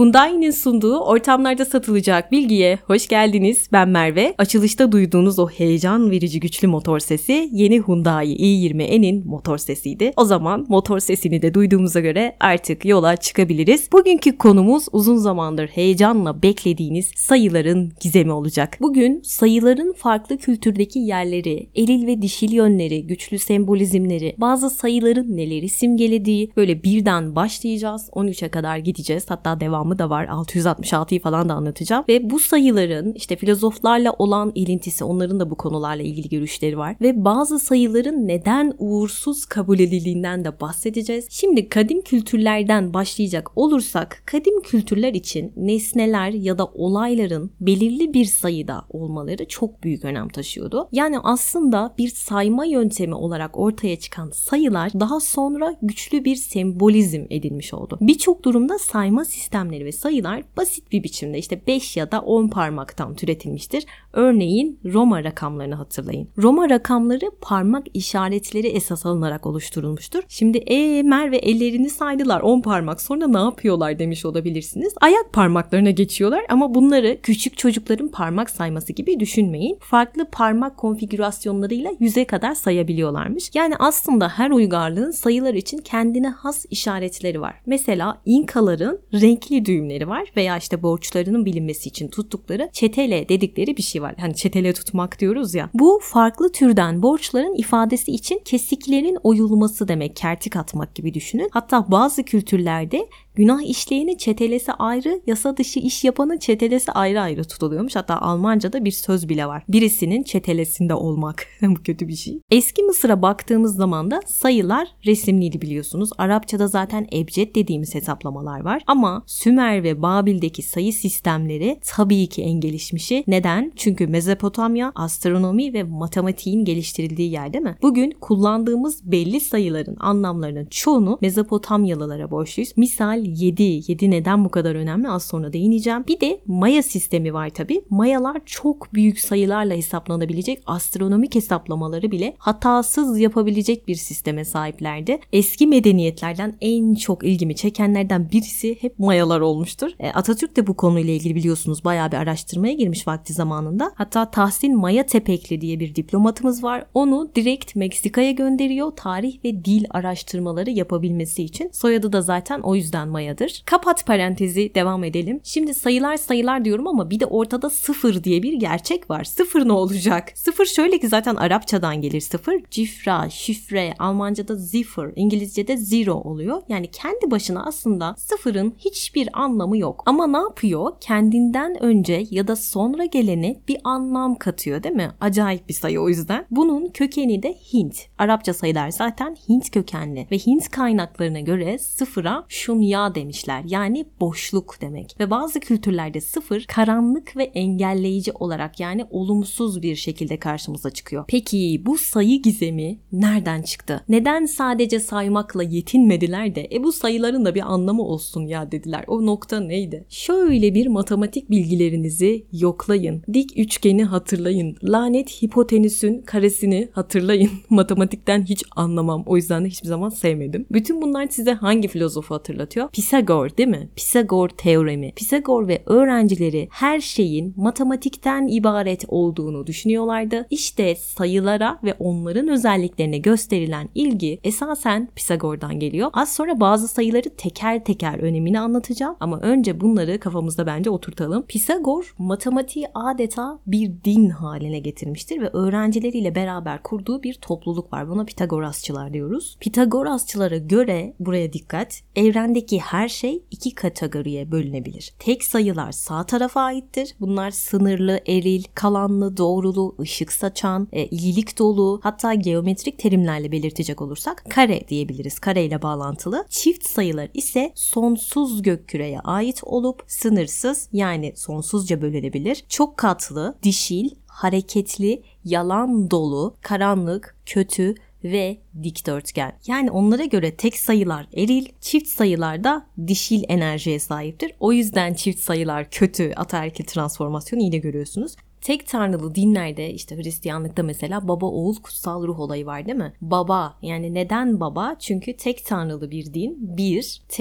Hyundai'nin sunduğu ortamlarda satılacak bilgiye hoş geldiniz. Ben Merve. Açılışta duyduğunuz o heyecan verici güçlü motor sesi yeni Hyundai i20N'in motor sesiydi. O zaman motor sesini de duyduğumuza göre artık yola çıkabiliriz. Bugünkü konumuz uzun zamandır heyecanla beklediğiniz sayıların gizemi olacak. Bugün sayıların farklı kültürdeki yerleri, eril ve dişil yönleri, güçlü sembolizmleri, bazı sayıların neleri simgelediği, böyle birden başlayacağız. 13'e kadar gideceğiz. Hatta devamı da var. 666'yı falan da anlatacağım. Ve bu sayıların işte filozoflarla olan ilintisi, onların da bu konularla ilgili görüşleri var. Ve bazı sayıların neden uğursuz kabul edildiğinden de bahsedeceğiz. Şimdi kadim kültürlerden başlayacak olursak, kadim kültürler için nesneler ya da olayların belirli bir sayıda olmaları çok büyük önem taşıyordu. Yani aslında bir sayma yöntemi olarak ortaya çıkan sayılar daha sonra güçlü bir sembolizm edilmiş oldu. Birçok durumda sayma sistemleri ve sayılar basit bir biçimde işte 5 ya da 10 parmaktan türetilmiştir. Örneğin Roma rakamlarını hatırlayın. Roma rakamları parmak işaretleri esas alınarak oluşturulmuştur. Şimdi Merve ellerini saydılar 10 parmak, sonra ne yapıyorlar demiş olabilirsiniz. Ayak parmaklarına geçiyorlar ama bunları küçük çocukların parmak sayması gibi düşünmeyin. Farklı parmak konfigürasyonlarıyla 100'e kadar sayabiliyorlarmış. Yani aslında her uygarlığın sayılar için kendine has işaretleri var. Mesela İnkaların renkli düğümleri var veya işte borçlarının bilinmesi için tuttukları çetele dedikleri bir şey var. Hani çetele tutmak diyoruz ya. Bu farklı türden borçların ifadesi için kesiklerin oyulması demek. Kertik atmak gibi düşünün. Hatta bazı kültürlerde günah işleyeni çetelesi ayrı, yasa dışı iş yapanın çetelesi ayrı ayrı tutuluyormuş. Hatta Almanca'da bir söz bile var. Birisinin çetelesinde olmak. Bu kötü bir şey. Eski Mısır'a baktığımız zaman da sayılar resimliydi biliyorsunuz. Arapçada zaten ebced dediğimiz hesaplamalar var. Ama Sümer ve Babil'deki sayı sistemleri tabii ki en gelişmişi. Neden? Çünkü Mezopotamya astronomi ve matematiğin geliştirildiği yer değil mi? Bugün kullandığımız belli sayıların anlamlarının çoğunu Mezopotamyalılara borçluyuz. Misal 7. 7 neden bu kadar önemli? Az sonra değineceğim. Bir de Maya sistemi var tabii. Mayalar çok büyük sayılarla hesaplanabilecek astronomik hesaplamaları bile hatasız yapabilecek bir sisteme sahiplerdi. Eski medeniyetlerden en çok ilgimi çekenlerden birisi hep Mayalar olmuştur. Atatürk de bu konuyla ilgili biliyorsunuz bayağı bir araştırmaya girmiş vakti zamanında. Hatta Tahsin Maya Tepekli diye bir diplomatımız var. Onu direkt Meksika'ya gönderiyor tarih ve dil araştırmaları yapabilmesi için. Soyadı da zaten o yüzden Maya'dır. Kapat parantezi, devam edelim. Şimdi sayılar diyorum ama bir de ortada sıfır diye bir gerçek var. Sıfır ne olacak? Sıfır şöyle ki zaten Arapçadan gelir sıfır. Cifra, şifre, Almanca'da zifir, İngilizce'de zero oluyor. Yani kendi başına aslında sıfırın hiçbir anlamı yok. Ama ne yapıyor? Kendinden önce ya da sonra gelene bir anlam katıyor değil mi? Acayip bir sayı o yüzden. Bunun kökeni de Hint. Arapça sayılar zaten Hint kökenli ve Hint kaynaklarına göre sıfıra şunya demişler. Yani boşluk demek. Ve bazı kültürlerde sıfır karanlık ve engelleyici olarak, yani olumsuz bir şekilde karşımıza çıkıyor. Peki bu sayı gizemi nereden çıktı? Neden sadece saymakla yetinmediler de bu sayıların da bir anlamı olsun ya dediler. O nokta neydi? Şöyle bir matematik bilgilerinizi yoklayın. Dik üçgeni hatırlayın. Lanet hipotenüsün karesini hatırlayın. Matematikten hiç anlamam. O yüzden de hiçbir zaman sevmedim. Bütün bunlar size hangi filozofu hatırlatıyor? Pisagor değil mi? Pisagor teoremi. Pisagor ve öğrencileri her şeyin matematikten ibaret olduğunu düşünüyorlardı. İşte sayılara ve onların özelliklerine gösterilen ilgi esasen Pisagor'dan geliyor. Az sonra bazı sayıları teker teker önemini anlatacağım ama önce bunları kafamızda bence oturtalım. Pisagor matematiği adeta bir din haline getirmiştir ve öğrencileriyle beraber kurduğu bir topluluk var. Buna Pitagorasçılar diyoruz. Pitagorasçılara göre, buraya dikkat, evrendeki her şey iki kategoriye bölünebilir. Tek sayılar sağ tarafa aittir. Bunlar sınırlı, eril, kalanlı, doğrulu, ışık saçan, iyilik dolu, hatta geometrik terimlerle belirtecek olursak kare diyebiliriz. Kare ile bağlantılı. Çift sayılar ise sonsuz gökküreye ait olup sınırsız, yani sonsuzca bölünebilir. Çok katlı, dişil, hareketli, yalan dolu, karanlık, kötü ve dikdörtgen. Yani onlara göre tek sayılar eril, çift sayılar da dişil enerjiye sahiptir. O yüzden çift sayılar kötü, ataerkil transformasyonu yine görüyorsunuz. Tek tanrılı dinlerde, işte Hristiyanlıkta mesela baba oğul kutsal ruh olayı var değil mi? Baba, yani neden baba? Çünkü tek tanrılı bir din, bir, tek,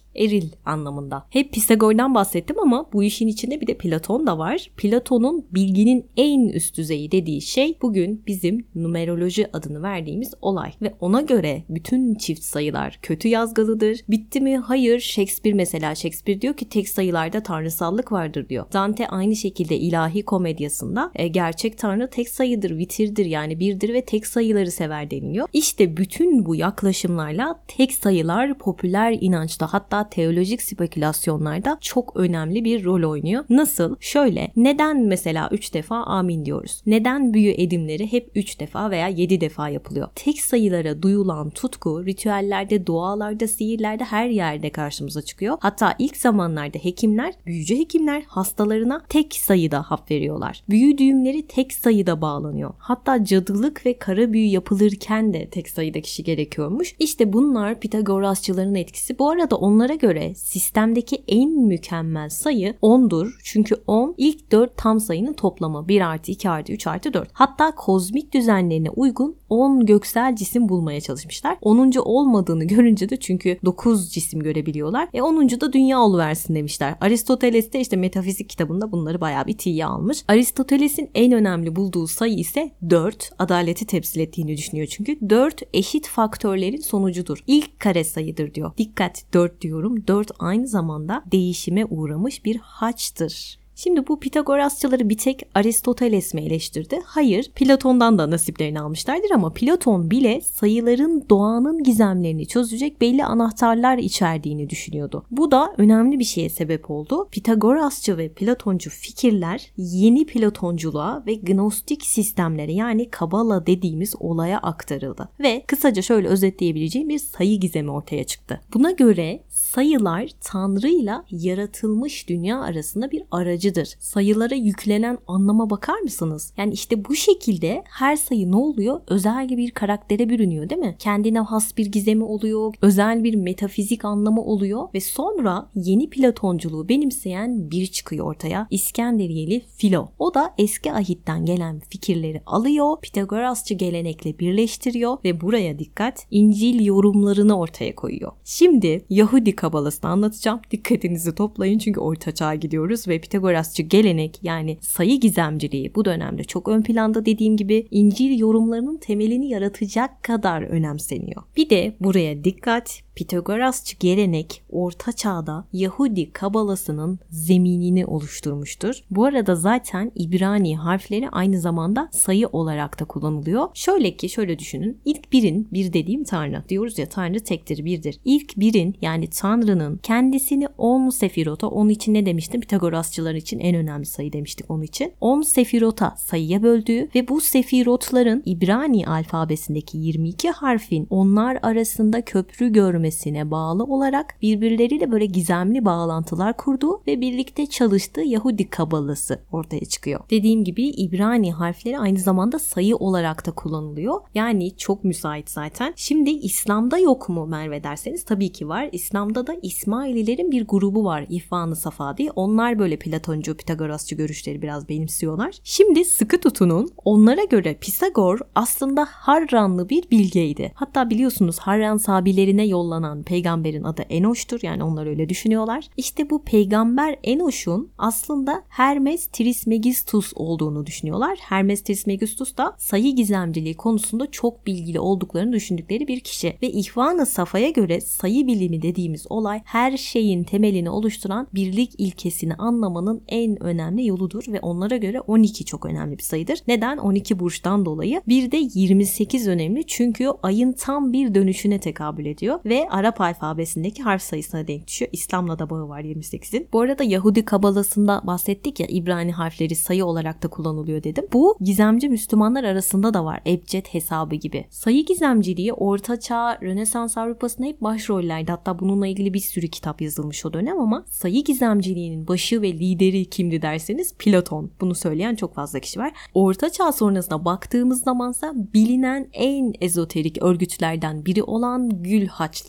eril anlamında. Hep Pisagor'dan bahsettim ama bu işin içinde bir de Platon da var. Platon'un bilginin en üst düzeyi dediği şey bugün bizim numeroloji adını verdiğimiz olay. Ve ona göre bütün çift sayılar kötü yazgılıdır. Bitti mi? Hayır. Shakespeare diyor ki tek sayılarda tanrısallık vardır diyor. Dante aynı şekilde ilahi komedyasında gerçek tanrı tek sayıdır, vitirdir, yani birdir ve tek sayıları sever deniliyor. İşte bütün bu yaklaşımlarla tek sayılar popüler inançta, hatta teolojik spekülasyonlarda çok önemli bir rol oynuyor. Nasıl? Şöyle, neden mesela 3 defa amin diyoruz? Neden büyü edimleri hep 3 defa veya 7 defa yapılıyor? Tek sayılara duyulan tutku ritüellerde, dualarda, sihirlerde, her yerde karşımıza çıkıyor. Hatta ilk zamanlarda büyücü hekimler hastalarına tek sayıda hap veriyorlar. Büyü düğümleri tek sayıda bağlanıyor. Hatta cadılık ve kara büyü yapılırken de tek sayıda kişi gerekiyormuş. İşte bunlar Pitagorasçıların etkisi. Bu arada onlara göre sistemdeki en mükemmel sayı 10'dur. Çünkü 10 ilk 4 tam sayının toplamı. 1 artı 2 artı 3 artı 4. Hatta kozmik düzenlerine uygun 10 göksel cisim bulmaya çalışmışlar. 10. olmadığını görünce de, çünkü 9 cisim görebiliyorlar. 10. da dünya oluversin demişler. Aristoteles de işte metafizik kitabında bunları bayağı bir tiye almış. Aristoteles'in en önemli bulduğu sayı ise 4. Adaleti temsil ettiğini düşünüyor çünkü. 4 eşit faktörlerin sonucudur. İlk kare sayıdır diyor. Dikkat, 4 diyorum. 4 aynı zamanda değişime uğramış bir haçtır. Şimdi bu Pitagorasçıları bir tek Aristoteles mi eleştirdi? Hayır, Platon'dan da nasiplerini almışlardır ama Platon bile sayıların doğanın gizemlerini çözecek belli anahtarlar içerdiğini düşünüyordu. Bu da önemli bir şeye sebep oldu. Pitagorasçı ve Platoncu fikirler yeni Platonculuğa ve gnostik sistemlere, yani Kabala dediğimiz olaya aktarıldı. Ve kısaca şöyle özetleyebileceğim bir sayı gizemi ortaya çıktı. Buna göre sayılar Tanrı'yla yaratılmış dünya arasında bir aracıdır. Sayılara yüklenen anlama bakar mısınız? Yani işte bu şekilde her sayı ne oluyor? Özel bir karaktere bürünüyor, değil mi? Kendine has bir gizemi oluyor, özel bir metafizik anlamı oluyor ve sonra yeni Platonculuğu benimseyen biri çıkıyor ortaya. İskenderiyeli Filo. O da eski ahitten gelen fikirleri alıyor, Pitagorasçı gelenekle birleştiriyor ve buraya dikkat, İncil yorumlarını ortaya koyuyor. Şimdi Yahudi Kabalasını anlatacağım. Dikkatinizi toplayın çünkü Orta Çağ'a gidiyoruz ve Pitagorasçı gelenek, yani sayı gizemciliği bu dönemde çok ön planda, dediğim gibi İncil yorumlarının temelini yaratacak kadar önemseniyor. Bir de buraya dikkat, Pitagorasçı gelenek Orta Çağ'da Yahudi Kabalasının zeminini oluşturmuştur. Bu arada zaten İbrani harfleri aynı zamanda sayı olarak da kullanılıyor. Şöyle düşünün. İlk birin, bir dediğim Tanrı. Diyoruz ya, Tanrı tektir, birdir. İlk birin, yani Tanrı'nın kendisini 10 sefirota, onun için ne demiştim? Pitagorasçılar için en önemli sayı demiştik onun için. 10 sefirota sayıya böldüğü ve bu sefirotların İbrani alfabesindeki 22 harfin onlar arasında köprü görmesine bağlı olarak birbirleriyle böyle gizemli bağlantılar kurduğu ve birlikte çalıştığı Yahudi Kabalası ortaya çıkıyor. Dediğim gibi İbrani harfleri aynı zamanda sayı olarak da kullanılıyor. Yani çok müsait zaten. Şimdi İslam'da yok mu Merve derseniz, tabii ki var. İslam'da da İsmaililerin bir grubu var, İhvan-ı Safa diye. Onlar böyle Platoncu, Pitagorasçı görüşleri biraz benimsiyorlar. Şimdi sıkı tutunun. Onlara göre Pisagor aslında Harranlı bir bilgeydi. Hatta biliyorsunuz Harran sahabilerine yollanan peygamberin adı Enoş'tur. Yani onlar öyle düşünüyorlar. İşte bu peygamber Enoş'un aslında Hermes Trismegistus olduğunu düşünüyorlar. Hermes Trismegistus da sayı gizemciliği konusunda çok bilgili olduklarını düşündükleri bir kişi. Ve İhvan-ı Safa'ya göre sayı bilimi dediğimiz olay her şeyin temelini oluşturan birlik ilkesini anlamanın en önemli yoludur ve onlara göre 12 çok önemli bir sayıdır. Neden? 12 burçtan dolayı. Bir de 28 önemli çünkü ayın tam bir dönüşüne tekabül ediyor ve Arap alfabesindeki harf sayısına denk düşüyor. İslam'la da bağı var 28'in. Bu arada Yahudi Kabalasında bahsettik ya, İbrani harfleri sayı olarak da kullanılıyor dedim. Bu gizemci Müslümanlar arasında da var. Ebced hesabı gibi. Sayı gizemciliği Orta Çağ, Rönesans Avrupa'sında hep başrollerde. Hatta bununla ilgili bir sürü kitap yazılmış o dönem ama sayı gizemciliğinin başı ve lideri kimdi derseniz Platon. Bunu söyleyen çok fazla kişi var. Orta Çağ sonrasına baktığımız zamansa bilinen en ezoterik örgütlerden biri olan Gül Haçlı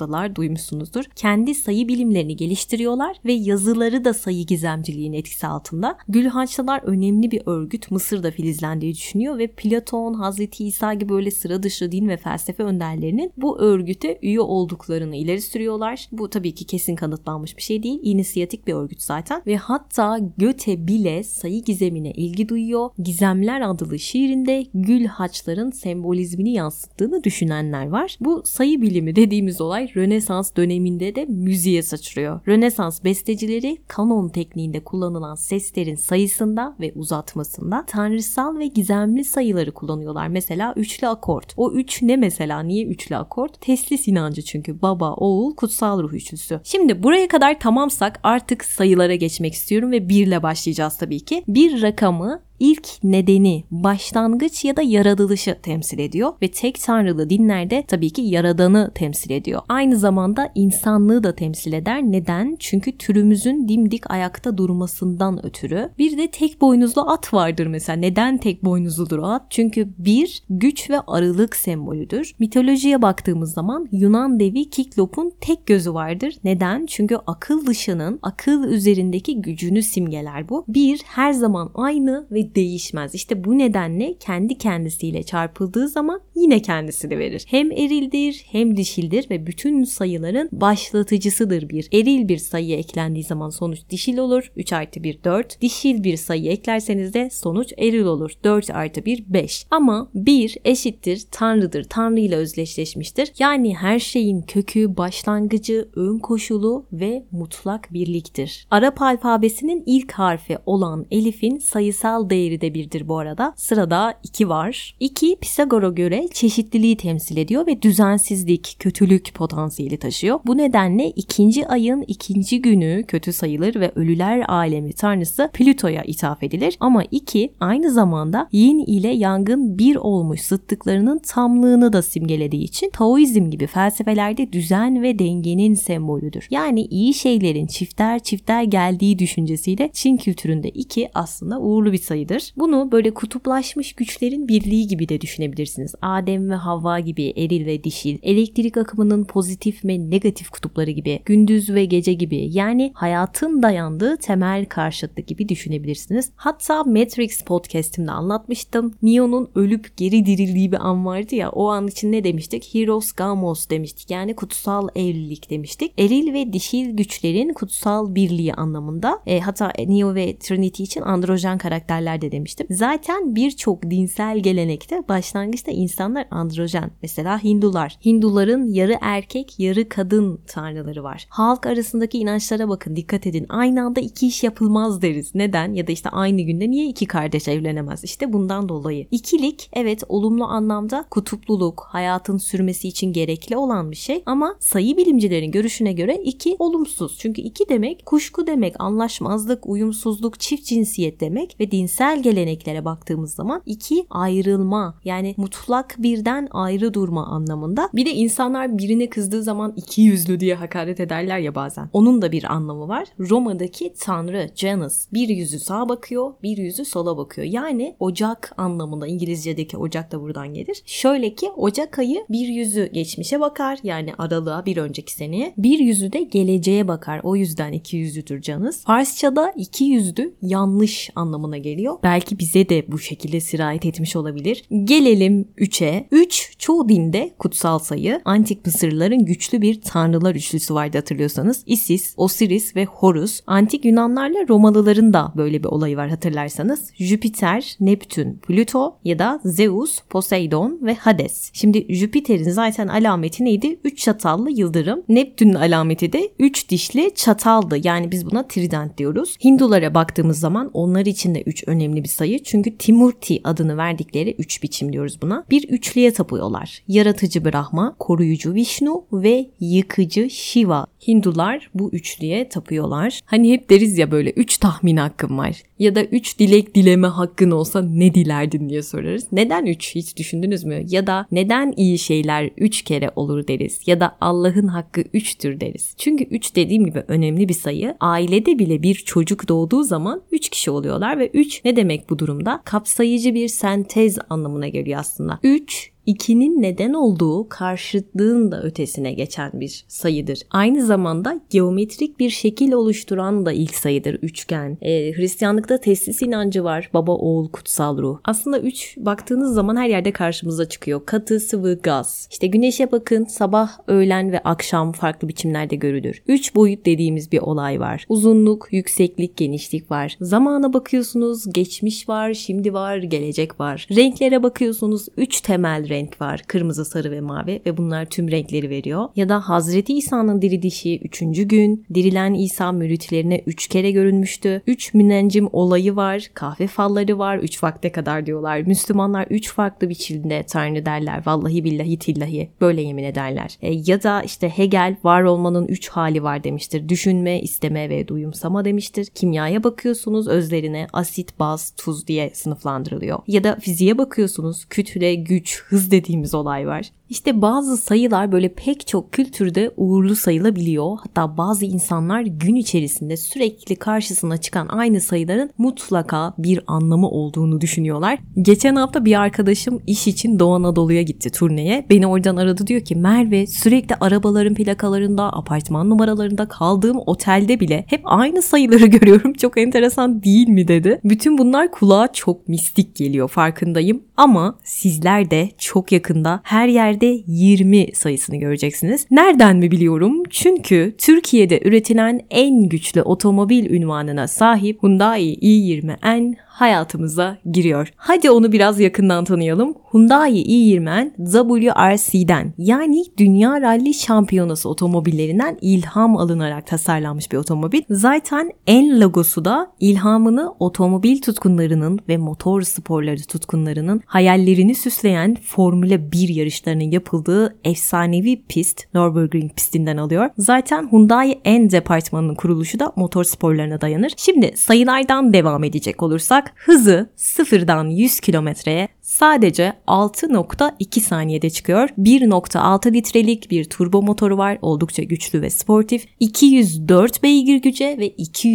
Gülhaçlılar duymuşsunuzdur. Kendi sayı bilimlerini geliştiriyorlar ve yazıları da sayı gizemciliğinin etkisi altında. Gülhaçlılar önemli bir örgüt, Mısır'da filizlendiği düşünüyor ve Platon, Hazreti İsa gibi böyle sıra dışı din ve felsefe önderlerinin bu örgüte üye olduklarını ileri sürüyorlar. Bu tabii ki kesin kanıtlanmış bir şey değil. İnisiyatik bir örgüt zaten ve hatta Goethe bile sayı gizemine ilgi duyuyor. Gizemler adlı şiirinde Gülhaçların sembolizmini yansıttığını düşünenler var. Bu sayı bilimi dediğimiz olay Rönesans döneminde de müziğe saçılıyor. Rönesans bestecileri kanon tekniğinde kullanılan seslerin sayısında ve uzatmasında tanrısal ve gizemli sayıları kullanıyorlar. Mesela üçlü akort. O üç ne mesela? Niye üçlü akort? Teslis inancı çünkü. Baba, oğul, kutsal ruh üçlüsü. Şimdi buraya kadar tamamsak artık sayılara geçmek istiyorum ve 1 ile başlayacağız tabii ki. Bir rakamı ilk nedeni, başlangıç ya da yaratılışı temsil ediyor ve tek tanrılı dinlerde tabii ki yaradanı temsil ediyor. Aynı zamanda insanlığı da temsil eder. Neden? Çünkü türümüzün dimdik ayakta durmasından ötürü. Bir de tek boynuzlu at vardır mesela. Neden tek boynuzludur o at? Çünkü bir, güç ve arılık sembolüdür. Mitolojiye baktığımız zaman Yunan devi Kiklop'un tek gözü vardır. Neden? Çünkü akıl dışının akıl üzerindeki gücünü simgeler bu. Bir, her zaman aynı ve değişmez. İşte bu nedenle kendi kendisiyle çarpıldığı zaman yine kendisini verir. Hem erildir hem dişildir ve bütün sayıların başlatıcısıdır bir. Eril bir sayı eklendiği zaman sonuç dişil olur. 3 artı 1 4. Dişil bir sayı eklerseniz de sonuç eril olur. 4 artı 1 5. Ama 1 eşittir Tanrı'dır. Tanrı ile özdeşleşmiştir. Yani her şeyin kökü, başlangıcı, ön koşulu ve mutlak birliktir. Arap alfabesinin ilk harfi olan elifin sayısal değeri de birdir bu arada. Sırada 2 var. 2 Pisagor'a göre çeşitliliği temsil ediyor ve düzensizlik, kötülük potansiyeli taşıyor. Bu nedenle 2. ayın 2. günü kötü sayılır ve ölüler alemi tanrısı Plüto'ya ithaf edilir. Ama 2 aynı zamanda yin ile yangın bir olmuş zıtlıklarının tamlığını da simgelediği için Taoizm gibi felsefelerde düzen ve dengenin sembolüdür. Yani iyi şeylerin çifter çifter geldiği düşüncesiyle Çin kültüründe 2 aslında uğurlu bir sayıdır. Bunu böyle kutuplaşmış güçlerin birliği gibi de düşünebilirsiniz. Adem ve Havva gibi eril ve dişil, elektrik akımının pozitif ve negatif kutupları gibi, gündüz ve gece gibi, yani hayatın dayandığı temel karşıtlık gibi düşünebilirsiniz. Hatta Matrix podcast'imde anlatmıştım. Neo'nun ölüp geri dirildiği bir an vardı ya, o an için ne demiştik? Heros Gamos demiştik. Yani kutsal evlilik demiştik. Eril ve dişil güçlerin kutsal birliği anlamında. Hatta Neo ve Trinity için androjen karakterler de demiştim. Zaten birçok dinsel gelenekte başlangıçta insanlar androjen. Mesela Hindular. Hinduların yarı erkek, yarı kadın tanrıları var. Halk arasındaki inançlara bakın, dikkat edin. Aynı anda 2 iş yapılmaz deriz. Neden? Ya da işte aynı günde niye 2 kardeş evlenemez? İşte bundan dolayı. İkilik evet olumlu anlamda kutupluluk, hayatın sürmesi için gerekli olan bir şey ama sayı bilimcilerin görüşüne göre 2 olumsuz. Çünkü 2 demek kuşku demek, anlaşmazlık, uyumsuzluk, çift cinsiyet demek ve dinsel geleneklere baktığımız zaman 2 ayrılma, yani mutlak birden ayrı durma anlamında. Bir de insanlar birine kızdığı zaman iki yüzlü diye hakaret ederler ya bazen. Onun da bir anlamı var. Roma'daki tanrı Janus bir yüzü sağa bakıyor, bir yüzü sola bakıyor. Yani ocak anlamında, İngilizce'deki ocak da buradan gelir. Şöyle ki Ocak ayı bir yüzü geçmişe bakar, yani aralığa, bir önceki seneye. Bir yüzü de geleceğe bakar. O yüzden iki yüzlüdür Janus. Farsçada iki yüzlü yanlış anlamına geliyor. Belki bize de bu şekilde sirayet etmiş olabilir. Gelelim 3'e. 3 çoğu dinde kutsal sayı. Antik Mısırlıların güçlü bir tanrılar üçlüsü vardı hatırlıyorsanız. Isis, Osiris ve Horus. Antik Yunanlarla Romalıların da böyle bir olayı var hatırlarsanız. Jüpiter, Neptün, Plüto ya da Zeus, Poseidon ve Hades. Şimdi Jüpiter'in zaten alameti neydi? 3 çatallı yıldırım. Neptün'ün alameti de 3 dişli çataldı. Yani biz buna trident diyoruz. Hindulara baktığımız zaman onlar için de 3 önemli bir sayı. Çünkü Timurti adını verdikleri 3 biçim diyoruz buna. Bir üçlüye tapıyorlar. Yaratıcı Brahma, koruyucu Vishnu ve yıkıcı Shiva. Hindular bu üçlüye tapıyorlar. Hani hep deriz ya böyle 3 tahmin hakkım var. Ya da 3 dilek dileme hakkın olsa ne dilerdin diye sorarız. Neden 3? Hiç düşündünüz mü? Ya da neden iyi şeyler 3 kere olur deriz. Ya da Allah'ın hakkı 3'tür deriz. Çünkü 3 dediğim gibi önemli bir sayı. Ailede bile bir çocuk doğduğu zaman 3 kişi oluyorlar ve 3 ne demek bu durumda? Kapsayıcı bir sentez anlamına geliyor aslında. 3 2'nin neden olduğu karşıtlığın da ötesine geçen bir sayıdır. Aynı zamanda geometrik bir şekil oluşturan da ilk sayıdır üçgen. Hristiyanlıkta teslis inancı var. Baba, oğul, kutsal ruh. Aslında 3 baktığınız zaman her yerde karşımıza çıkıyor. Katı, sıvı, gaz. İşte güneşe bakın, sabah, öğlen ve akşam farklı biçimlerde görülür. 3 boyut dediğimiz bir olay var. Uzunluk, yükseklik, genişlik var. Zamana bakıyorsunuz, geçmiş var, şimdi var, gelecek var. Renklere bakıyorsunuz, 3 temel renk var. Kırmızı, sarı ve mavi ve bunlar tüm renkleri veriyor. Ya da Hazreti İsa'nın dirilişi 3. gün. Dirilen İsa müritlerine 3 kere görünmüştü. 3 müneccim olayı var. Kahve falları var. 3 vakte kadar diyorlar. Müslümanlar 3 farklı biçimde Tanrı derler. Vallahi billahi tillahi. Böyle yemin ederler. Ya da işte Hegel var olmanın 3 hali var demiştir. Düşünme, isteme ve duyumsama demiştir. Kimyaya bakıyorsunuz, özlerine asit, baz, tuz diye sınıflandırılıyor. Ya da fiziğe bakıyorsunuz, kütle, güç, hız dediğimiz olay var. İşte bazı sayılar böyle pek çok kültürde uğurlu sayılabiliyor. Hatta bazı insanlar gün içerisinde sürekli karşısına çıkan aynı sayıların mutlaka bir anlamı olduğunu düşünüyorlar. Geçen hafta bir arkadaşım iş için Doğu Anadolu'ya gitti turneye. Beni oradan aradı, diyor ki Merve, sürekli arabaların plakalarında, apartman numaralarında, kaldığım otelde bile hep aynı sayıları görüyorum. Çok enteresan değil mi dedi. Bütün bunlar kulağa çok mistik geliyor, farkındayım. Ama sizler de çok yakında her yerde 20 sayısını göreceksiniz. Nereden mi biliyorum? Çünkü Türkiye'de üretilen en güçlü otomobil unvanına sahip Hyundai i20N hayatımıza giriyor. Hadi onu biraz yakından tanıyalım. Hyundai i20N WRC'den, yani Dünya Rally Şampiyonası otomobillerinden ilham alınarak tasarlanmış bir otomobil. Zaten N logosu da ilhamını otomobil tutkunlarının ve motor sporları tutkunlarının hayallerini süsleyen Formula 1 yarışlarının yapıldığı efsanevi pist Nürburgring pistinden alıyor. Zaten Hyundai N departmanının kuruluşu da motor sporlarına dayanır. Şimdi sayılardan devam edecek olursak, hızı 0'dan 100 kilometreye sadece 6.2 saniyede çıkıyor. 1.6 litrelik bir turbo motoru var. Oldukça güçlü ve sportif. 204 beygir güce ve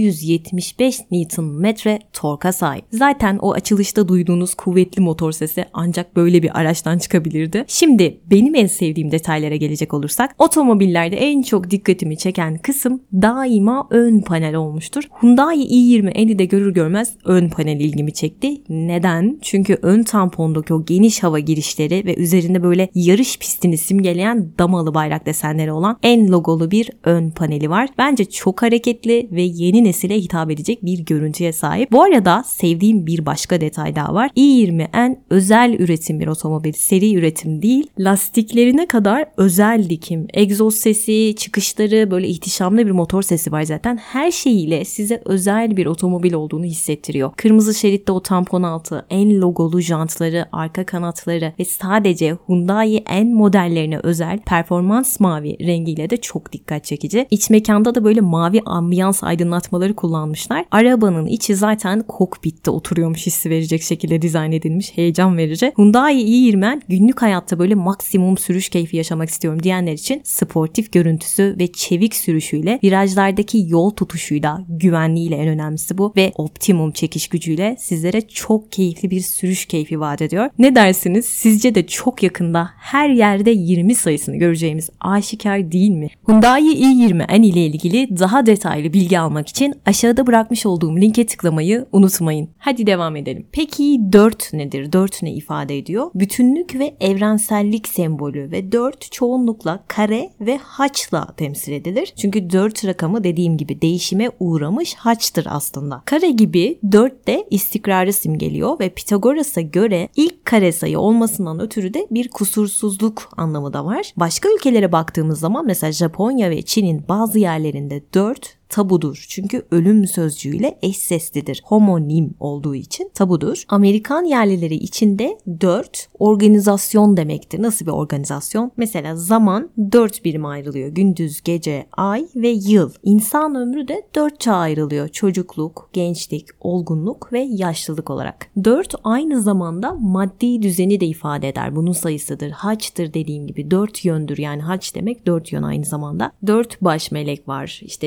275 Nm torka sahip. Zaten o açılışta duyduğunuz kuvvetli motor sesi ancak böyle bir araçtan çıkabilirdi. Şimdi benim en sevdiğim detaylara gelecek olursak, otomobillerde en çok dikkatimi çeken kısım daima ön panel olmuştur. Hyundai i20N'i de görür görmez ön panel ilgimi çekti. Neden? Çünkü ön tampondaki o geniş hava girişleri ve üzerinde böyle yarış pistini simgeleyen damalı bayrak desenleri olan N logolu bir ön paneli var. Bence çok hareketli ve yeni nesile hitap edecek bir görüntüye sahip. Bu arada sevdiğim bir başka detay daha var. i20N özel üretim bir otomobil. Seri üretim değil. Lastiklerine kadar özel dikim. Egzoz sesi, çıkışları, böyle ihtişamlı bir motor sesi var zaten. Her şeyiyle size özel bir otomobil olduğunu hissettiriyor. Kırmızı şeritte o tampon altı, N logolu jantları, arka kanatları ve sadece Hyundai N modellerine özel performans mavi rengiyle de çok dikkat çekici. İç mekanda da böyle mavi ambiyans aydınlatmaları kullanmışlar. Arabanın içi zaten kokpitte oturuyormuş hissi verecek şekilde dizayn edilmiş, heyecan verici. Hyundai i20N günlük hayatta böyle maksimum sürüş keyfi yaşamak istiyorum diyenler için sportif görüntüsü ve çevik sürüşüyle, virajlardaki yol tutuşuyla, güvenliğiyle, en önemlisi bu, ve optimum çekiş gücüyle sizlere çok keyifli bir sürüş keyfi vaat ediyor. Ne dersiniz? Sizce de çok yakında her yerde 20 sayısını göreceğimiz aşikar değil mi? Hyundai i20N ile ilgili daha detaylı bilgi almak için aşağıda bırakmış olduğum linke tıklamayı unutmayın. Hadi devam edelim. Peki 4 nedir? 4 ne ifade ediyor? Bütünlük ve evrensellik sembolü ve 4 çoğunlukla kare ve haçla temsil edilir. Çünkü 4 rakamı dediğim gibi değişime uğramış haçtır aslında. Kare gibi 4 de istikrarı simgeliyor ve Pitagoras'a göre ilk kare sayı olmasından ötürü de bir kusursuzluk anlamı da var. Başka ülkelere baktığımız zaman mesela Japonya ve Çin'in bazı yerlerinde 4 tabudur. Çünkü ölüm sözcüğüyle eş seslidir. Homonim olduğu için tabudur. Amerikan yerlileri için de 4 organizasyon demektir. Nasıl bir organizasyon? Mesela zaman 4 birime ayrılıyor. Gündüz, gece, ay ve yıl. İnsan ömrü de 4 çağa ayrılıyor. Çocukluk, gençlik, olgunluk ve yaşlılık olarak. 4 aynı zamanda maddi düzeni de ifade eder. Bunun sayısıdır. Haçtır dediğim gibi 4 yöndür. Yani haç demek 4 yön aynı zamanda. 4 baş melek var. İşte Platon'un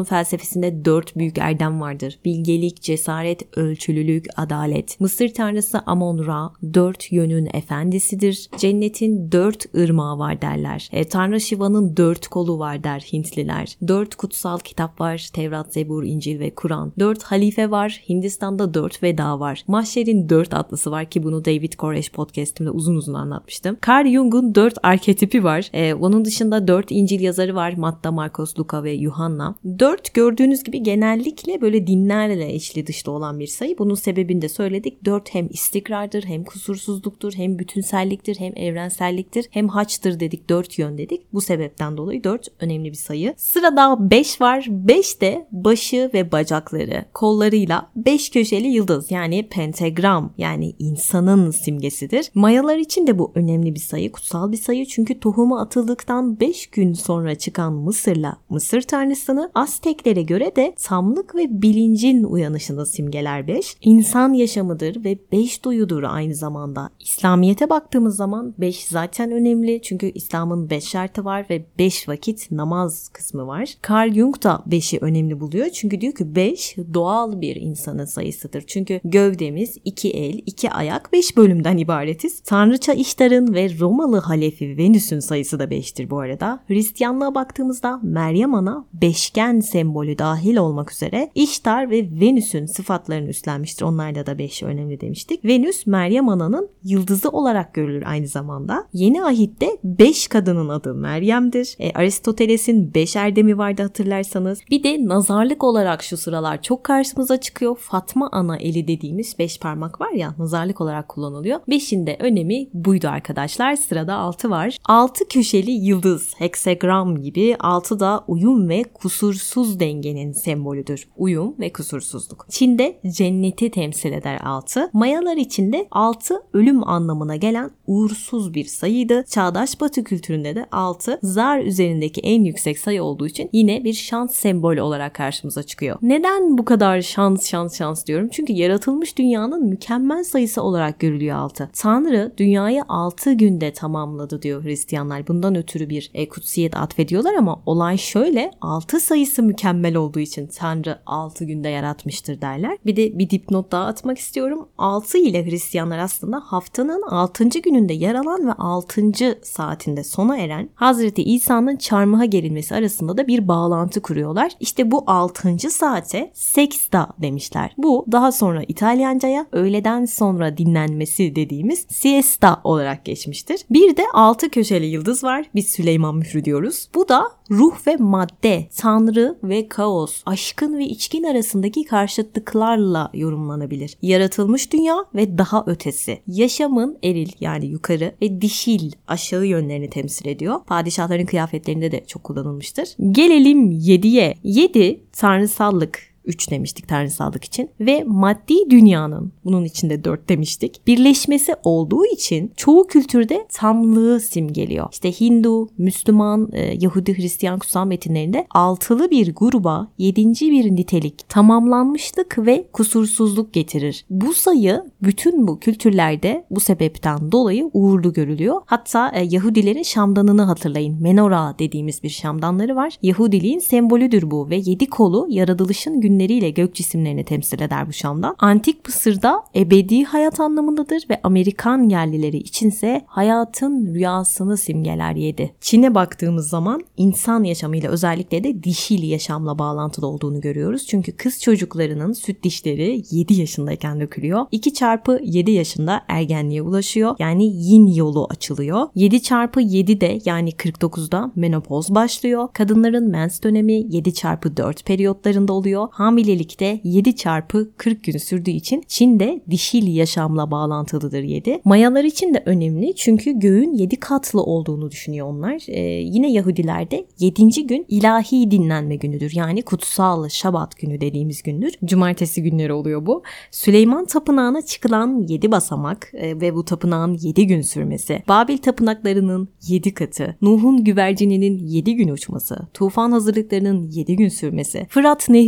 Hinduizm'in felsefesinde 4 büyük erdem vardır. Bilgelik, cesaret, ölçülülük, adalet. Mısır tanrısı Amon-Ra 4 yönün efendisidir. Cennetin 4 ırmağı var derler. Tanrı Shiva'nın 4 kolu var der Hintliler. 4 kutsal kitap var. Tevrat, Zebur, İncil ve Kur'an. 4 halife var. Hindistan'da 4 veda var. Mahşer'in 4 atlısı var ki bunu David Koresh podcastimde uzun uzun anlatmıştım. Carl Jung'un 4 arketipi var. Onun dışında 4 İncil yazarı var. Matta, Markos, Luka ve Yuhanna. 4 gördüğünüz gibi genellikle böyle dinlerle içli dışlı olan bir sayı. Bunun sebebini de söyledik. 4 hem istikrardır, hem kusursuzluktur, hem bütünselliktir, hem evrenselliktir, hem haçtır dedik. 4 yön dedik. Bu sebepten dolayı 4 önemli bir sayı. Sırada 5 var. 5 de başı ve bacakları, kollarıyla 5 köşeli yıldız yani pentagram yani insanın simgesidir. Mayalar için de bu önemli bir sayı, kutsal bir sayı çünkü tohumu atıldıktan 5 gün sonra çıkan Mısır'la Mısır tanrısını Azteklere göre de tamlık ve bilincin uyanışını simgeler 5. İnsan yaşamıdır ve 5 duyudur aynı zamanda. İslamiyet'e baktığımız zaman 5 zaten önemli çünkü İslam'ın 5 şartı var ve 5 vakit namaz kısmı var. Carl Jung da 5'i önemli buluyor çünkü diyor ki 5 doğal bir insanın sayısıdır. Çünkü gövdemiz 2 el, 2 ayak 5 bölümden ibaretiz. Tanrıça İştar'ın ve Romalı halefi Venüs'ün sayısı da 5'tir bu arada. Hristiyanlığa baktığımızda Meryem Ana beşgen sembolü dahil olmak üzere İştar ve Venüs'ün sıfatlarını üstlenmiştir. Onlarla da 5 önemli demiştik. Venüs Meryem Ana'nın yıldızı olarak görülür aynı zamanda. Yeni Ahit'te 5 kadının adı Meryem'dir. Aristoteles'in 5 erdemi vardı hatırlarsanız. Bir de nazarlık olarak şu sıralar çok karşımıza çıkıyor. Fatma Ana eli dediğimiz 5 parmak var ya, nazarlık olarak kullanılıyor. 5'in de önemi buydu arkadaşlar. Sırada 6 var. 6 köşeli yıldız, heksagram gibi. 6 da uyum ve kusursuz dengenin sembolüdür. Uyum ve kusursuzluk. Çin'de cenneti temsil eder 6. Mayalar için de 6 ölüm anlamına gelen uğursuz bir sayıydı. Çağdaş Batı kültüründe de 6 zar üzerindeki en yüksek sayı olduğu için yine bir şans sembolü olarak karşımıza çıkıyor. Neden bu kadar şans diyorum? Çünkü yaratılmış dünyanın mükemmel sayısı olarak görülüyor 6. Tanrı dünyayı 6 günde tamamladı diyor Hristiyanlar. Bundan ötürü bir kutsiyet atfediyorlar ama olay şöyle, 6 sayısı mükemmel olduğu için Tanrı 6 günde yaratmıştır derler. Bir de bir dipnot daha atmak istiyorum. 6 ile Hristiyanlar aslında haftanın 6. gününde yer alan ve 6. saatinde sona eren Hazreti İsa'nın çarmıha gerilmesi arasında da bir bağlantı kuruyorlar. İşte bu 6. saate sexta demişler. Bu daha sonra İtalyanca'ya öğleden sonra dinlenmesi dediğimiz siesta olarak geçmiştir. Bir de 6 köşeli yıldız var. Biz Süleyman mührü diyoruz. Bu da ruh ve madde, tanrı ve kaos, aşkın ve içkin arasındaki karşıtlıklarla yorumlanabilir. Yaratılmış dünya ve daha ötesi. Yaşamın eril yani yukarı ve dişil aşağı yönlerini temsil ediyor. Padişahların kıyafetlerinde de çok kullanılmıştır. Gelelim 7'ye. 7 tanrısallık. 3 demiştik tanrısallık için ve maddi dünyanın, bunun içinde 4 demiştik, birleşmesi olduğu için çoğu kültürde tamlığı simgeliyor. İşte Hindu, Müslüman, Yahudi, Hristiyan kutsal metinlerinde altılı bir gruba 7. bir nitelik, tamamlanmışlık ve kusursuzluk getirir. Bu sayı bütün bu kültürlerde bu sebepten dolayı uğurlu görülüyor. Hatta Yahudilerin şamdanını hatırlayın. Menora dediğimiz bir şamdanları var. Yahudiliğin sembolüdür bu ve 7 kolu yaratılışın günleriyle gök cisimlerini temsil eder bu şamdan. Antik Mısır'da ebedi hayat anlamındadır ve Amerikan yerlileri içinse hayatın rüyasını simgeler 7. Çin'e baktığımız zaman insan yaşamıyla özellikle de dişil yaşamla bağlantılı olduğunu görüyoruz. Çünkü kız çocuklarının süt dişleri 7 yaşındayken dökülüyor. 2x7 yaşında ergenliğe ulaşıyor. Yani yin yolu açılıyor. 7x7 de yani 49'da menopoz başlıyor. Kadınların mens dönemi 7x4 periyotlarında oluyor. Hamilelikte 7x40 gün sürdüğü için Çin'de dişil yaşamla bağlantılıdır 7. Mayalar için de önemli çünkü göğün 7 katlı olduğunu düşünüyor onlar. Yine Yahudilerde 7. gün ilahi dinlenme günüdür. Yani kutsal Şabat günü dediğimiz gündür. Cumartesi günleri oluyor bu. Süleyman Tapınağı'na çıkılan 7 basamak ve bu tapınağın 7 gün sürmesi, Babil tapınaklarının 7 katı, Nuh'un güvercininin 7 gün uçması, tufan hazırlıklarının 7 gün sürmesi, Fırat Nehri'nin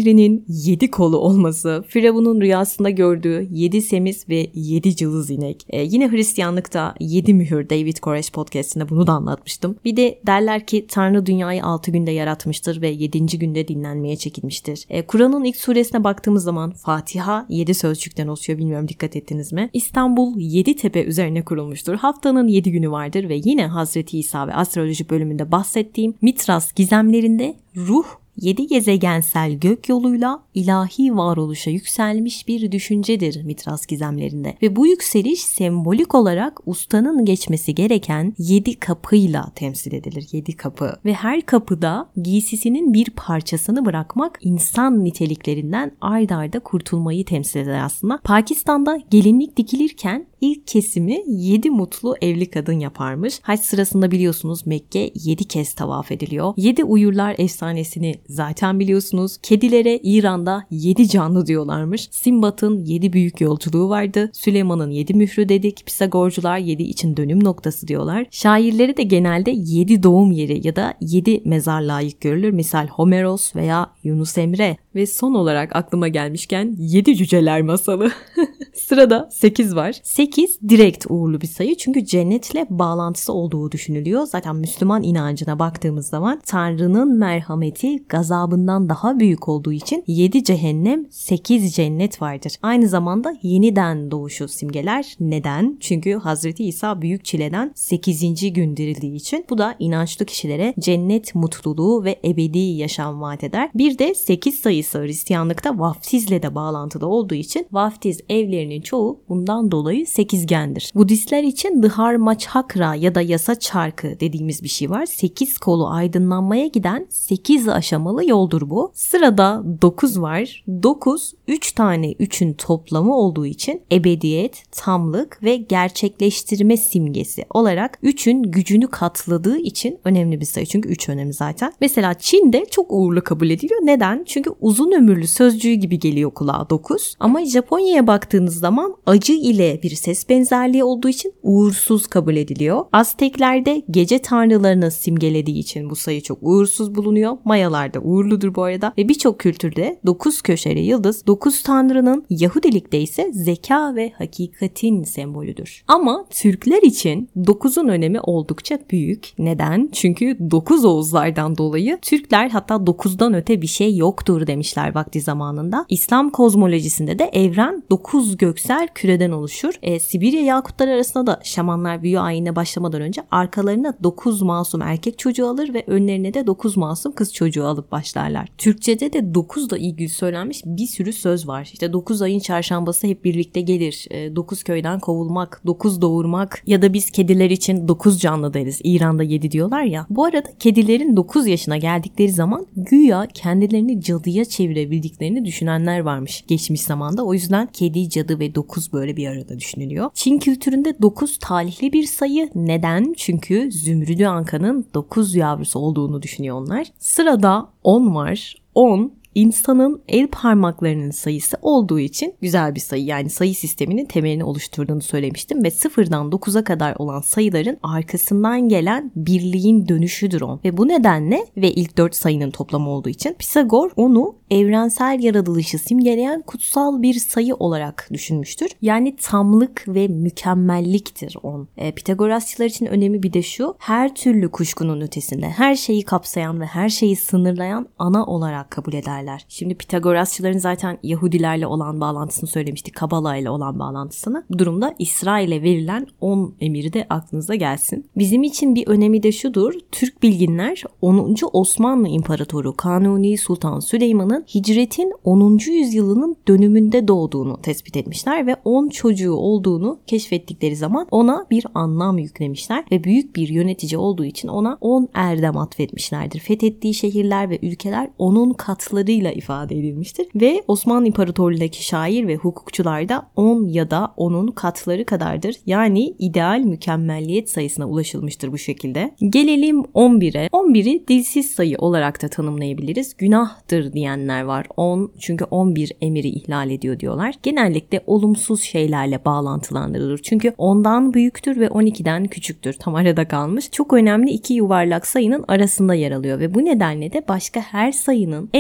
7 kolu olması, Firavun'un rüyasında gördüğü 7 semiz ve 7 cılız inek. Yine Hristiyanlıkta 7 mühür, David Koresh podcast'inde bunu da anlatmıştım. Bir de derler ki Tanrı dünyayı 6 günde yaratmıştır ve 7. günde dinlenmeye çekilmiştir. Kur'an'ın ilk suresine baktığımız zaman Fatiha 7 sözcükten oluşuyor, bilmiyorum dikkat ettiniz mi? İstanbul 7 tepe üzerine kurulmuştur. Haftanın 7 günü vardır ve yine Hazreti İsa ve astroloji bölümünde bahsettiğim Mitras gizemlerinde ruh 7 gezegensel gök yoluyla ilahi varoluşa yükselmiş bir düşüncedir Mitras gizemlerinde. Ve bu yükseliş sembolik olarak ustanın geçmesi gereken 7 kapıyla temsil edilir. 7 kapı. Ve her kapıda giysisinin bir parçasını bırakmak insan niteliklerinden ard arda kurtulmayı temsil eder aslında. Pakistan'da gelinlik dikilirken ilk kesimi 7 mutlu evli kadın yaparmış. Hac sırasında biliyorsunuz Mekke 7 kez tavaf ediliyor. 7 uyurlar efsanesini zaten biliyorsunuz. Kedilere İran'da 7 canlı diyorlarmış. Sinbad'ın 7 büyük yolculuğu vardı. Süleyman'ın 7 mührü dedik. Pisagorcular 7 için dönüm noktası diyorlar. Şairleri de genelde 7 doğum yeri ya da 7 mezar layık görülür. Misal Homeros veya Yunus Emre. Ve son olarak aklıma gelmişken 7 cüceler masalı. Sırada 8 var. 8 direkt uğurlu bir sayı çünkü cennetle bağlantısı olduğu düşünülüyor. Zaten Müslüman inancına baktığımız zaman Tanrı'nın merhameti gazabından daha büyük olduğu için 7 cehennem 8 cennet vardır. Aynı zamanda yeniden doğuşu simgeler. Neden? Çünkü Hazreti İsa büyük çileden 8. gün dirildiği için. Bu da inançlı kişilere cennet mutluluğu ve ebedi yaşam vaat eder. Bir de 8 sayısı Hristiyanlıkta vaftizle de bağlantıda olduğu için vaftiz evlerinin çoğu bundan dolayı sekizgendir. Budistler için Dharma Chakra ya da yasa çarkı dediğimiz bir şey var. 8 kolu aydınlanmaya giden 8 aşamalı yoldur bu. Sırada 9 var. 9, 3 tane 3'ün toplamı olduğu için ebediyet, tamlık ve gerçekleştirme simgesi olarak 3'ün gücünü katladığı için önemli bir sayı. Çünkü 3 önemli zaten. Mesela Çin'de çok uğurlu kabul ediliyor. Neden? Çünkü uzun ömürlü sözcüğü gibi geliyor kulağa 9. Ama Japonya'ya baktığınız zaman acı ile bir ses benzerliği olduğu için uğursuz kabul ediliyor. Azteklerde gece tanrılarını simgelediği için bu sayı çok uğursuz bulunuyor. Mayalarda uğurludur bu arada ve birçok kültürde 9 köşeli yıldız 9 tanrının, Yahudilikte ise zeka ve hakikatin sembolüdür. Ama Türkler için 9'un önemi oldukça büyük. Neden? Çünkü 9 Oğuzlardan dolayı Türkler hatta 9'dan öte bir şey yoktur demişler vakti zamanında. İslam kozmolojisinde de evren 9 göksel küreden oluşur. Sibirya Yakutları arasında da şamanlar büyü ayinine başlamadan önce arkalarına 9 masum erkek çocuğu alır ve önlerine de 9 masum kız çocuğu alıp başlarlar. Türkçede de 9'la ilgili söylenmiş bir sürü söz var. İşte 9 ayın çarşambası hep birlikte gelir. 9 köyden kovulmak, 9 doğurmak ya da biz kediler için 9 canlı deriz. İran'da 7 diyorlar ya. Bu arada kedilerin 9 yaşına geldikleri zaman güya kendilerini cadıya çevirebildiklerini düşünenler varmış geçmiş zamanda. O yüzden kedi, cadı ve 9 böyle bir arada düşünülüyor. Çin kültüründe 9 talihli bir sayı. Neden? Çünkü Zümrüdü Anka'nın 9 yavrusu olduğunu düşünüyor onlar. Sırada 10 var. 10 İnsanın el parmaklarının sayısı olduğu için güzel bir sayı, yani sayı sisteminin temelini oluşturduğunu söylemiştim ve 0'dan 9'a kadar olan sayıların arkasından gelen birliğin dönüşüdür 10. Ve bu nedenle ve ilk 4 sayının toplamı olduğu için Pisagor onu evrensel yaratılışı simgeleyen kutsal bir sayı olarak düşünmüştür. Yani tamlık ve mükemmelliktir 10. Pitagorasçılar için önemi bir de şu: her türlü kuşkunun ötesinde her şeyi kapsayan ve her şeyi sınırlayan ana olarak kabul ederler. Şimdi Pitagorasçıların zaten Yahudilerle olan bağlantısını söylemiştik. Kabala ile olan bağlantısını. Bu durumda İsrail'e verilen 10 emiri de aklınıza gelsin. Bizim için bir önemi de şudur: Türk bilginler 10. Osmanlı İmparatoru Kanuni Sultan Süleyman'ın hicretin 10. yüzyılının dönümünde doğduğunu tespit etmişler ve 10 çocuğu olduğunu keşfettikleri zaman ona bir anlam yüklemişler ve büyük bir yönetici olduğu için ona 10 erdem atfetmişlerdir. Fethettiği şehirler ve ülkeler onun katlarıyla ifade edilmiştir ve Osmanlı İmparatorluğu'ndaki şair ve hukukçular da 10 ya da onun katları kadardır. Yani ideal mükemmelliyet sayısına ulaşılmıştır bu şekilde. Gelelim 11'e. 11'i dilsiz sayı olarak da tanımlayabiliriz. Günahtır diyenler var. 10 çünkü 11 emiri ihlal ediyor diyorlar. Genellikle olumsuz şeylerle bağlantılandırılır. Çünkü 10'dan büyüktür ve 12'den küçüktür. Tam arada kalmış. Çok önemli iki yuvarlak sayının arasında yer alıyor ve bu nedenle de başka her sayının en az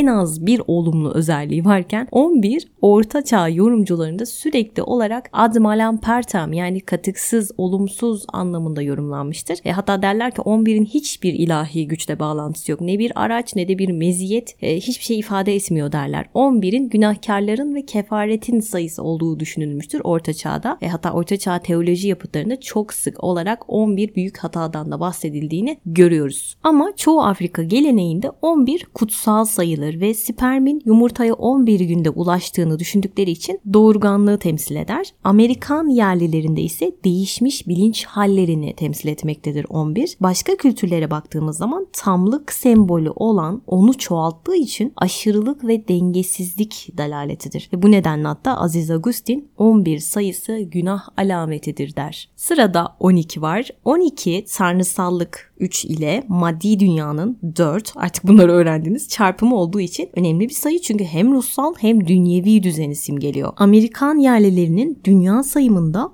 bir olumlu özelliği varken 11 Orta Çağ yorumcularında sürekli olarak ad malem pertem yani katıksız, olumsuz anlamında yorumlanmıştır. Hatta derler ki 11'in hiçbir ilahi güçle bağlantısı yok. Ne bir araç ne de bir meziyet, hiçbir şey ifade etmiyor derler. 11'in günahkarların ve kefaretin sayısı olduğu düşünülmüştür Orta Çağ'da. Hatta Orta Çağ teoloji yapıtlarında çok sık olarak 11 büyük hatadan da bahsedildiğini görüyoruz. Ama çoğu Afrika geleneğinde 11 kutsal sayılır ve spermin yumurtaya 11 günde ulaştığını düşündükleri için doğurganlığı temsil eder. Amerikan yerlilerinde ise değişmiş bilinç hallerini temsil etmektedir 11. Başka kültürlere baktığımız zaman tamlık sembolü olan onu çoğalttığı için aşırılık ve dengesizlik dalaletidir. Ve bu nedenle hatta Aziz Agustin 11 sayısı günah alametidir der. Sırada 12 var. 12 tanrısallık 3 ile maddi dünyanın 4, artık bunları öğrendiniz, çarpımı olduğu için önemli bir sayı çünkü hem ruhsal hem dünyevi düzeni simgeliyor. Amerikan yerlilerinin dünya sayımında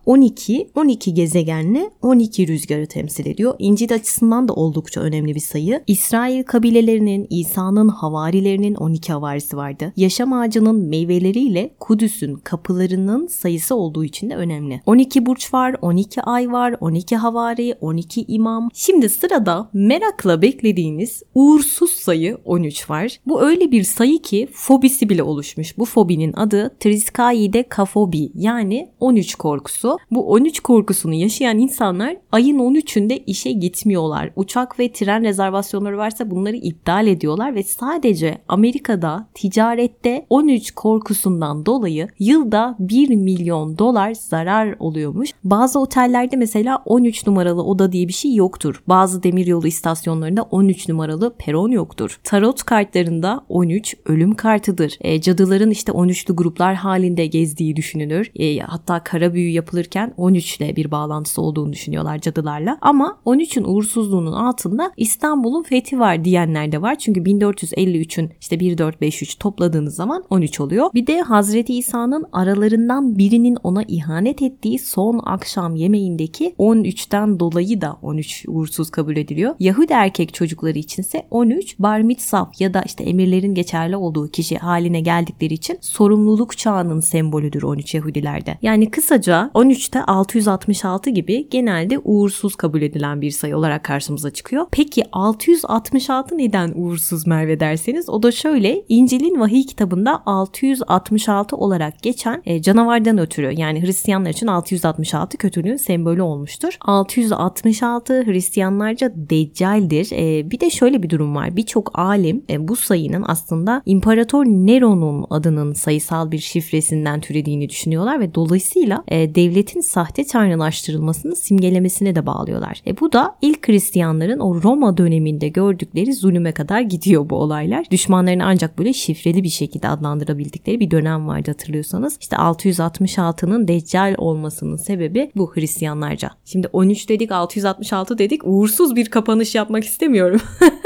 12 gezegenle 12 rüzgarı temsil ediyor. İncil açısından da oldukça önemli bir sayı. İsrail kabilelerinin, İsa'nın havarilerinin 12 havarisi vardı. Yaşam ağacının meyveleriyle Kudüs'ün kapılarının sayısı olduğu için de önemli. 12 burç var, 12 ay var, 12 havari, 12 imam. Şimdi sırada merakla beklediğiniz uğursuz sayı 13 var. Bu öyle bir sayı ki fobisi bile oluşmuş. Bu fobinin adı triskaidekafobi yani 13 korkusu. Bu 13 korkusunu yaşayan insanlar ayın 13'ünde işe gitmiyorlar. Uçak ve tren rezervasyonları varsa bunları iptal ediyorlar ve sadece Amerika'da ticarette 13 korkusundan dolayı yılda $1 milyon zarar oluyormuş. Bazı otellerde mesela 13 numaralı oda diye bir şey yoktur. Bazı demiryolu istasyonlarında 13 numaralı peron yoktur. Tarot kartlarında 13 ölüm kartıdır. Cadıların işte 13'lü gruplar halinde gezdiği düşünülür. Hatta kara büyü yapılırken 13 ile bir bağlantısı olduğunu düşünüyorlar cadılarla. Ama 13'ün uğursuzluğunun altında İstanbul'un fethi var diyenler de var. Çünkü 1453'ün işte 1453 topladığınız zaman 13 oluyor. Bir de Hazreti İsa'nın aralarından birinin ona ihanet ettiği son akşam yemeğindeki 13'ten dolayı da 13 uğursuz kabul ediliyor. Yahudi erkek çocukları içinse 13 bar mitzvah ya da işte emirlerin geçerli olduğu kişi haline geldikleri için sorumluluk çağının sembolüdür 13 Yahudilerde. Yani kısaca 13'te 666 gibi genelde uğursuz kabul edilen bir sayı olarak karşımıza çıkıyor. Peki 666 neden uğursuz Merve derseniz o da şöyle: İncil'in vahiy kitabında 666 olarak geçen canavardan ötürü, yani Hristiyanlar için 666 kötülüğün sembolü olmuştur. 666 Hristiyanlarca Deccal'dir. Bir de şöyle bir durum var. Birçok alim bu sayının aslında İmparator Nero'nun adının sayısal bir şifresinden türediğini düşünüyorlar ve dolayısıyla devletin sahte tanrılaştırılmasını simgelemesine de bağlıyorlar. Bu da ilk Hristiyanların o Roma döneminde gördükleri zulüme kadar gidiyor bu olaylar. Düşmanlarını ancak böyle şifreli bir şekilde adlandırabildikleri bir dönem vardı hatırlıyorsanız. İşte 666'nın Deccal olmasının sebebi bu Hristiyanlarca. Şimdi 13 dedik, 666 dedik. Uğursuz bir kapanış yapmak istemiyorum.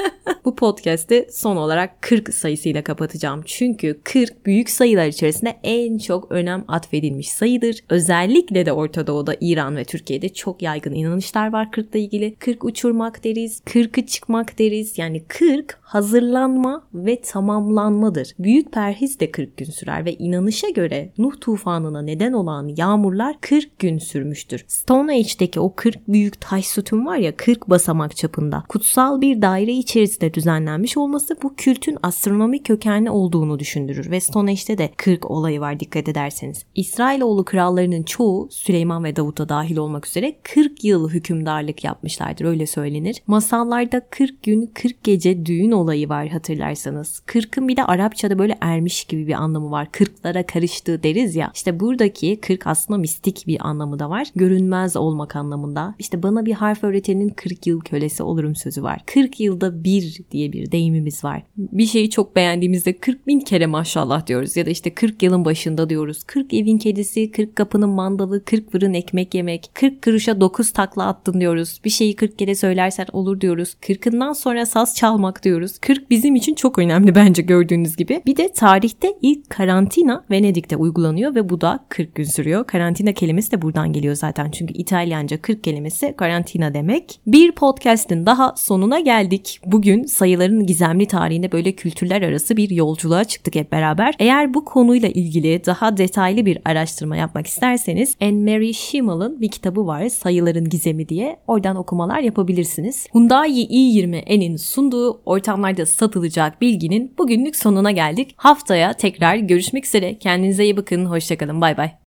Bu podcast'i son olarak 40 sayısıyla kapatacağım. Çünkü 40 büyük sayılar içerisinde en çok önem atfedilmiş sayıdır. Özellikle de Orta Doğu'da, İran ve Türkiye'de çok yaygın inanışlar var 40'la ilgili. 40 uçurmak deriz, 40'ı çıkmak deriz. Yani 40 hazırlanma ve tamamlanmadır. Büyük perhiz de 40 gün sürer ve inanışa göre Nuh tufanına neden olan yağmurlar 40 gün sürmüştür. Stone Age'deki o 40 büyük taş sütun var ya, 40 basamak çapında. Kutsal bir daire içerisinde düzenlenmiş olması bu kültün astronomik kökenli olduğunu düşündürür ve Stone Age'de de 40 olayı var dikkat ederseniz. İsrailoğlu krallarının çoğu, Süleyman ve Davut'a dahil olmak üzere 40 yıl hükümdarlık yapmışlardır, öyle söylenir. Masallarda 40 gün 40 gece düğün olayı var hatırlarsanız. 40'ın bir de Arapçada böyle ermiş gibi bir anlamı var. 40'lara karıştı deriz ya. İşte buradaki 40 aslında mistik bir anlamı da var. Görünmez olmak anlamında. İşte bana bir harf öğretenin 40 yıl kölesi olurum sözü var. 40 yılda bir diye bir deyimimiz var. Bir şeyi çok beğendiğimizde 40.000 kere maşallah diyoruz ya da işte 40 yılın başında diyoruz. 40 evin kedisi, 40 kapının mandalı, 40 fırın ekmek yemek, 40 kuruşa 9 takla attın diyoruz. Bir şeyi 40 kere söylersen olur diyoruz. 40'ından sonra saz çalmak diyoruz. 40 bizim için çok önemli bence, gördüğünüz gibi. Bir de tarihte ilk karantina Venedik'te uygulanıyor ve bu da 40 gün sürüyor. Karantina kelimesi de buradan geliyor zaten. Çünkü İtalyanca 40 kelimesi karantina demek. Bir podcast'in daha sonuna geldik. Bugün sayıların gizemli tarihine böyle kültürler arası bir yolculuğa çıktık hep beraber. Eğer bu konuyla ilgili daha detaylı bir araştırma yapmak isterseniz Anne-Marie Schimmel'ın bir kitabı var, Sayıların Gizemi diye. Oradan okumalar yapabilirsiniz. Hyundai i20N'in sunduğu ortamlarda satılacak bilginin bugünlük sonuna geldik. Haftaya tekrar görüşmek üzere. Kendinize iyi bakın. Hoşçakalın. Bay bay.